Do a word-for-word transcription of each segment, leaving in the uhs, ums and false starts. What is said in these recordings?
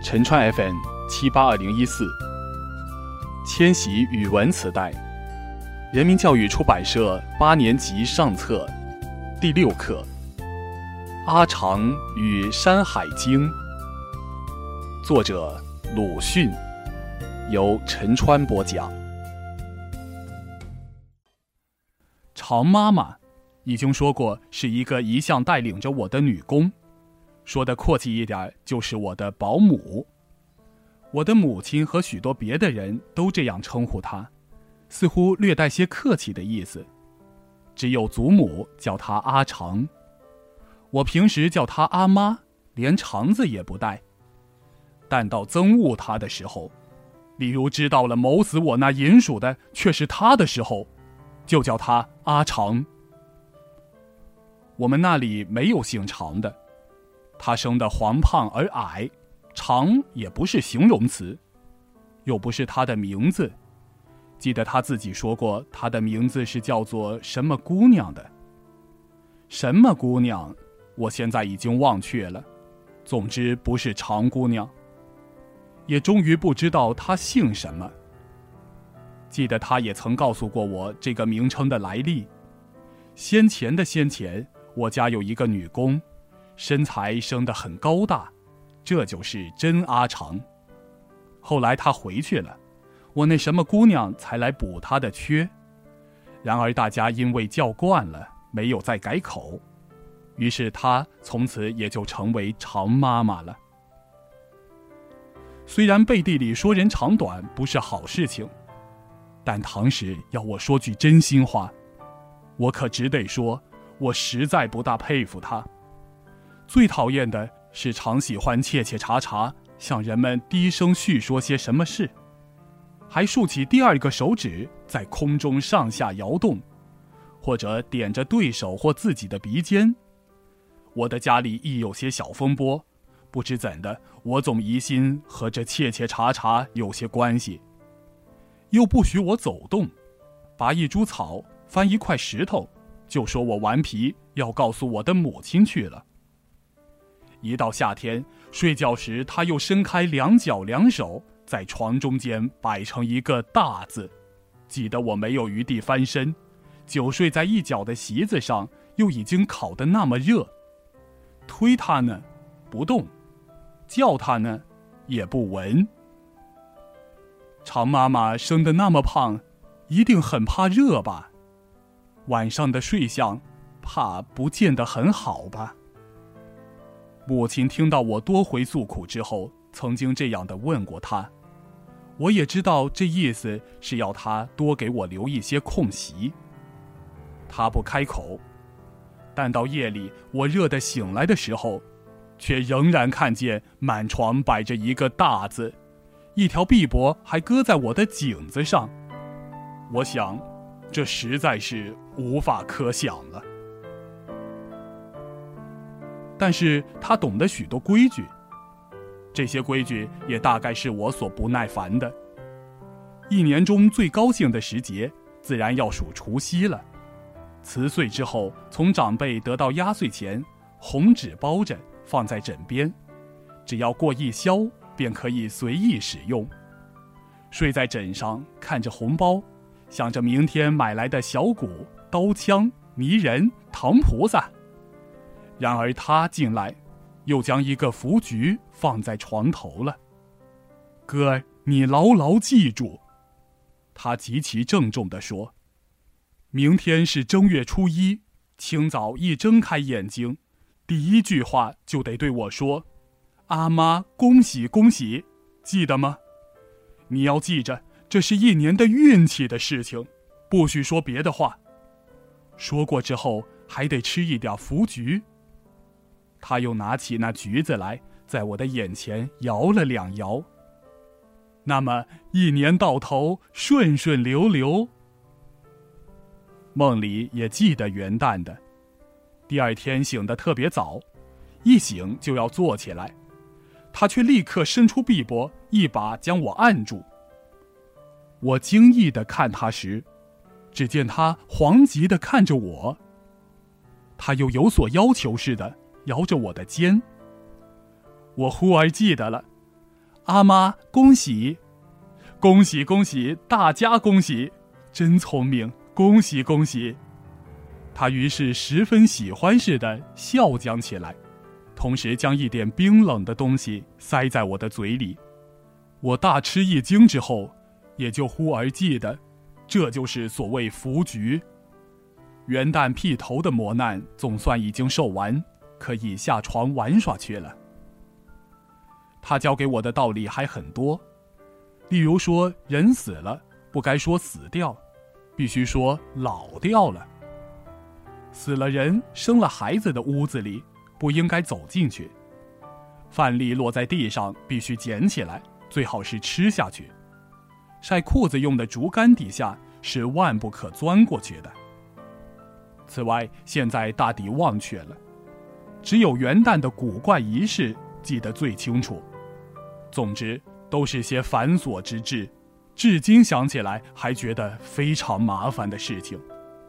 陈川 F M 七八二零一四，千禧语文磁带，人民教育出版社八年级上册第六课《阿长与山海经》，作者鲁迅，由陈川播讲。常妈妈已经说过是一个一向带领着我的女工，说的阔气一点就是我的保姆。我的母亲和许多别的人都这样称呼她，似乎略带些客气的意思。只有祖母叫她阿长，我平时叫她阿妈，连肠子也不带。但到憎恶她的时候，例如知道了谋死我那银属的却是她的时候，就叫她阿长。我们那里没有姓常的，她生得黄胖而矮，长也不是形容词，又不是她的名字。记得她自己说过，她的名字是叫做什么姑娘的。什么姑娘，我现在已经忘却了。总之不是长姑娘，也终于不知道她姓什么。记得她也曾告诉过我这个名称的来历。先前的先前，我家有一个女工，身材生得很高大，这就是真阿长。后来她回去了，我那什么姑娘才来补她的缺。然而大家因为叫惯了，没有再改口，于是她从此也就成为常妈妈了。虽然背地里说人长短不是好事情，但唐时要我说句真心话，我可只得说，我实在不大佩服她。最讨厌的是常喜欢切切查查，向人们低声叙说些什么事，还竖起第二个手指在空中上下摇动，或者点着对手或自己的鼻尖。我的家里亦有些小风波，不知怎的，我总疑心和这切切查查有些关系。又不许我走动，拔一株草，翻一块石头，就说我顽皮，要告诉我的母亲去了。一到夏天睡觉时，他又伸开两脚两手，在床中间摆成一个大字，挤得我没有余地翻身，久睡在一角的席子上，又已经烤得那么热。推他呢，不动；叫他呢，也不闻。常妈妈生得那么胖，一定很怕热吧？晚上的睡相，怕不见得很好吧？母亲听到我多回诉苦之后，曾经这样的问过她。我也知道这意思是要她多给我留一些空席。她不开口，但到夜里我热得醒来的时候，却仍然看见满床摆着一个大字，一条臂膊还搁在我的颈子上。我想，这实在是无法可想了。但是他懂得许多规矩，这些规矩也大概是我所不耐烦的。一年中最高兴的时节，自然要数除夕了。辞岁之后，从长辈得到压岁钱，红纸包着放在枕边，只要过一宵，便可以随意使用。睡在枕上，看着红包，想着明天买来的小鼓、刀枪、泥人、糖菩萨。然而他进来，又将一个福菊放在床头了。哥儿，你牢牢记住，他极其郑重地说，明天是正月初一，清早一睁开眼睛，第一句话就得对我说，阿妈恭喜恭喜，记得吗？你要记着，这是一年的运气的事情，不许说别的话。说过之后，还得吃一点福菊。他又拿起那橘子来，在我的眼前摇了两摇。那么一年到头顺顺流流。梦里也记得元旦的。第二天醒得特别早，一醒就要坐起来，他却立刻伸出臂膊，一把将我按住。我惊异地看他时，只见他惶急地看着我，他又有所要求似的摇着我的肩。我忽而记得了， 阿妈，恭喜！恭喜恭喜，大家恭喜！真聪明，恭喜恭喜！他于是十分喜欢似的笑讲起来，同时将一点冰冷的东西塞在我的嘴里。我大吃一惊之后，也就忽而记得，这就是所谓福局。元旦劈头的磨难总算已经受完，可以下床玩耍去了。他教给我的道理还很多，例如说人死了不该说死掉，必须说老掉了。死了人生了孩子的屋子里不应该走进去，饭粒落在地上必须捡起来，最好是吃下去。晒裤子用的竹竿底下是万不可钻过去的。此外，现在大抵忘却了，只有元旦的古怪仪式记得最清楚。总之，都是些繁琐之至，至今想起来还觉得非常麻烦的事情。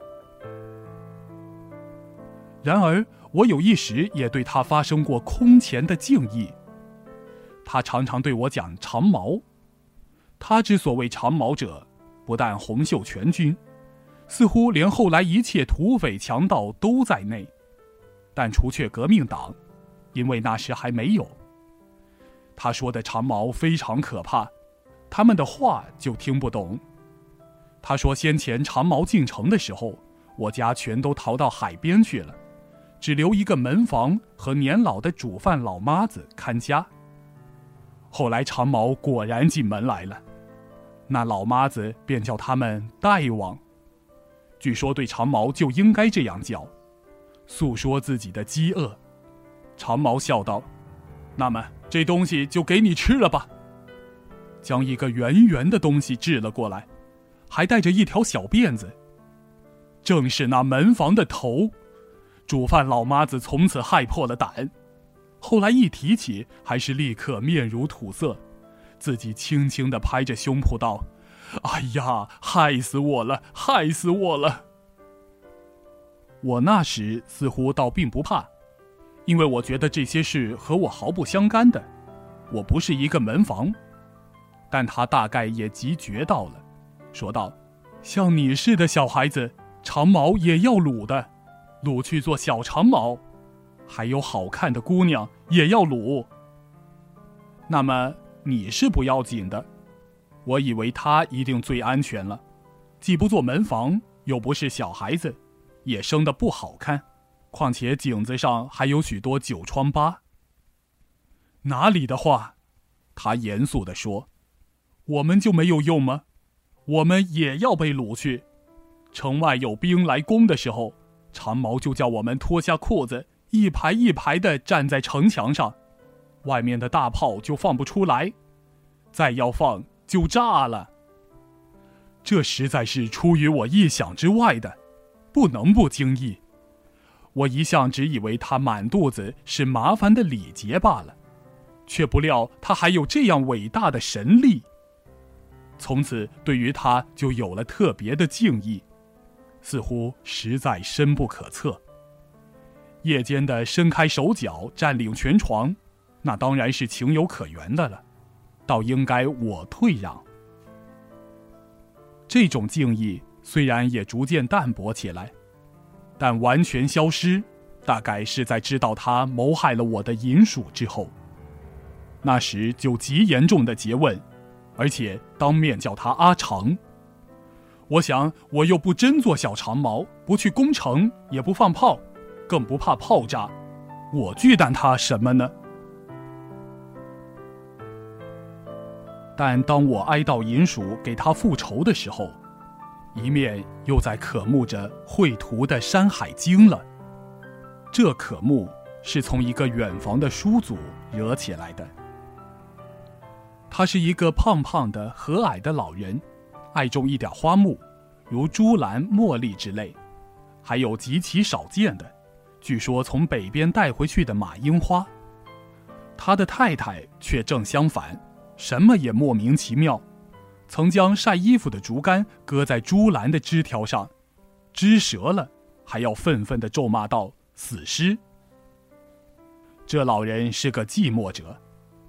然而，我有一时也对他发生过空前的敬意。他常常对我讲长毛。他之所谓长毛者，不但洪秀全军，似乎连后来一切土匪强盗都在内，但除却革命党，因为那时还没有。他说的长毛非常可怕，他们的话就听不懂。他说先前长毛进城的时候，我家全都逃到海边去了，只留一个门房和年老的煮饭老妈子看家。后来长毛果然进门来了，那老妈子便叫他们大王，据说对长毛就应该这样叫，诉说自己的饥饿。长毛笑道：那么这东西就给你吃了吧，将一个圆圆的东西掷了过来，还带着一条小辫子，正是那门房的头。煮饭老妈子从此害破了胆，后来一提起，还是立刻面如土色，自己轻轻地拍着胸脯道：哎呀，害死我了，害死我了！我那时似乎倒并不怕，因为我觉得这些事和我毫不相干的，我不是一个门房。但他大概也即觉到了，说道：像你似的小孩子，长毛也要撸的，撸去做小长毛，还有好看的姑娘也要撸。那么你是不要紧的，我以为他一定最安全了，既不做门房，又不是小孩子，也生得不好看，况且颈子上还有许多酒疮疤。哪里的话，他严肃地说，我们就没有用吗？我们也要被掳去。城外有兵来攻的时候，长毛就叫我们脱下裤子，一排一排地站在城墙上，外面的大炮就放不出来，再要放就炸了。这实在是出于我意想之外的，不能不惊异。我一向只以为他满肚子是麻烦的礼节罢了，却不料他还有这样伟大的神力。从此对于他就有了特别的敬意，似乎实在深不可测。夜间的伸开手脚占领全床，那当然是情有可原的了，倒应该我退让。这种敬意虽然也逐渐淡薄起来，但完全消失，大概是在知道他谋害了我的银鼠之后。那时就极严重的诘问，而且当面叫他阿长。我想我又不真做小长毛，不去攻城，也不放炮，更不怕炮炸，我惧惮他什么呢？但当我哀悼银鼠给他复仇的时候，一面又在渴慕着绘图的《山海经》了。这渴慕是从一个远房的叔祖惹起来的。他是一个胖胖的和蔼的老人，爱种一点花木，如珠兰、茉莉之类，还有极其少见的，据说从北边带回去的马樱花。他的太太却正相反，什么也莫名其妙，曾将晒衣服的竹竿搁在珠兰的枝条上，枝折了，还要愤愤地咒骂道：死尸！这老人是个寂寞者，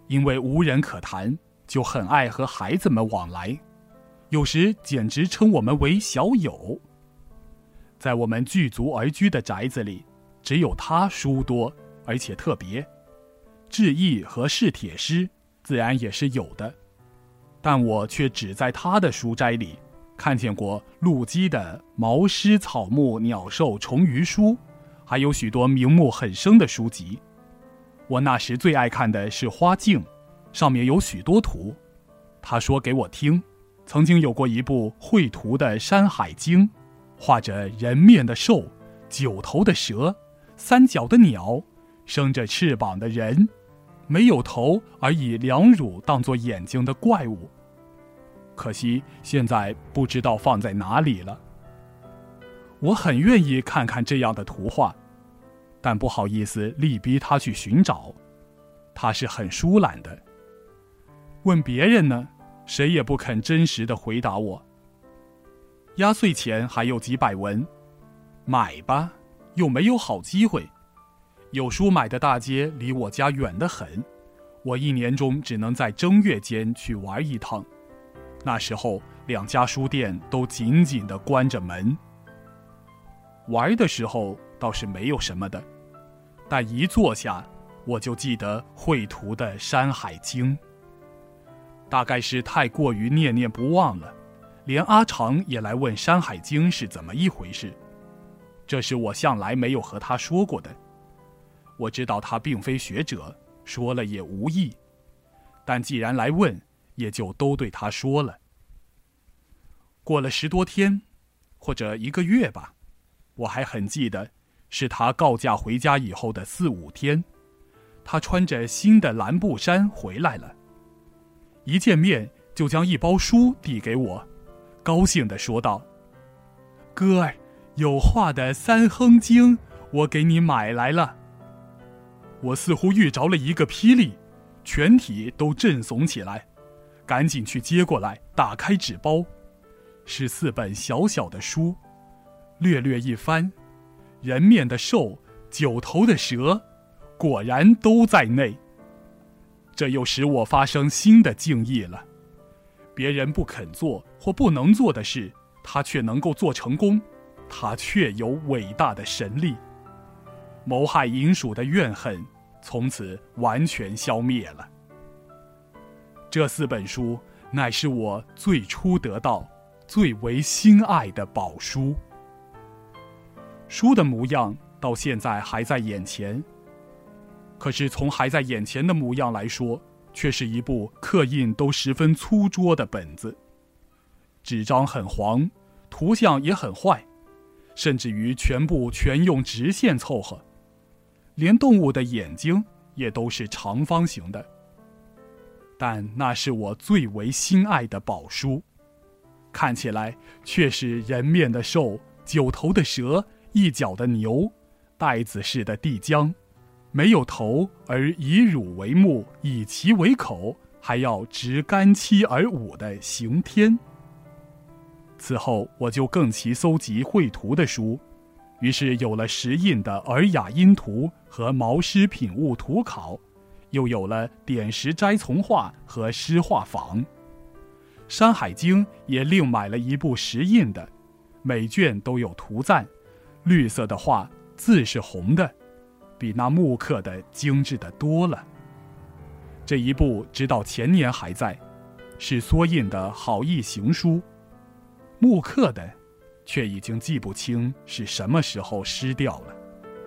因为无人可谈，就很爱和孩子们往来，有时简直称我们为小友。在我们聚族而居的宅子里，只有他书多，而且特别。志异和试帖诗自然也是有的，但我却只在他的书斋里看见过陆机的毛诗草木鸟兽虫鱼书，还有许多名目很生的书籍。我那时最爱看的是花镜，上面有许多图。他说给我听，曾经有过一部绘图的《山海经》，画着人面的兽，九头的蛇，三脚的鸟，生着翅膀的人，没有头而以两乳当作眼睛的怪物。可惜现在不知道放在哪里了。我很愿意看看这样的图画，但不好意思力逼他去寻找，他是很疏懒的。问别人呢，谁也不肯真实的回答我。压岁钱还有几百文，买吧，又没有好机会。有书买的大街离我家远得很，我一年中只能在正月间去玩一趟。那时候两家书店都紧紧地关着门。玩的时候倒是没有什么的，但一坐下，我就记得绘图的《山海经》。大概是太过于念念不忘了，连阿长也来问《山海经》是怎么一回事。这是我向来没有和他说过的。我知道他并非学者，说了也无益，但既然来问，也就都对他说了。过了十多天，或者一个月吧，我还很记得，是他告假回家以后的四五天，他穿着新的蓝布衫回来了。一见面就将一包书递给我，高兴地说道：“哥儿，有画的《三亨经》，我给你买来了。”我似乎遇着了一个霹雳，全体都震悚起来，赶紧去接过来，打开纸包，是四本小小的书，略略一翻，人面的兽，九头的蛇，果然都在内。这又使我发生新的敬意了。别人不肯做或不能做的事，他却能够做成功，他确有伟大的神力。谋害银鼠的怨恨从此完全消灭了。这四本书乃是我最初得到、最为心爱的宝书。书的模样到现在还在眼前，可是从还在眼前的模样来说，却是一部刻印都十分粗拙的本子。纸张很黄，图像也很坏，甚至于全部全用直线凑合，连动物的眼睛也都是长方形的。但那是我最为心爱的宝书，看起来却是人面的兽，九头的蛇，一脚的牛，带子似的地浆，没有头而以乳为目，以其为口，还要执干漆而舞的刑天。此后我就更其搜集绘图的书，于是有了石印的《尔雅音图》和《毛诗品物图考》，又有了《点石斋从画》和《诗画坊》。《山海经》也另买了一部石印的，每卷都有图赞，绿色的画，字是红的，比那木刻的精致得多了。这一部直到前年还在，是缩印的好易行书，木刻的却已经记不清是什么时候失掉了。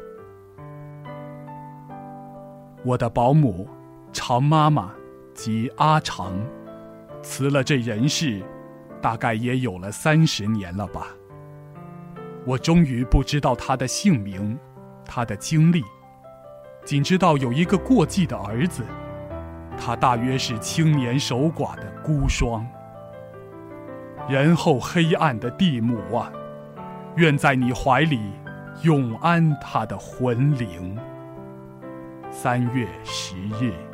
我的保姆常妈妈及阿常辞了这人世，大概也有了三十年了吧。我终于不知道他的姓名，他的经历，仅知道有一个过继的儿子，他大约是青年守寡的孤孀。仁厚黑暗的地母啊，愿在你怀里永安他的魂灵。三月十日。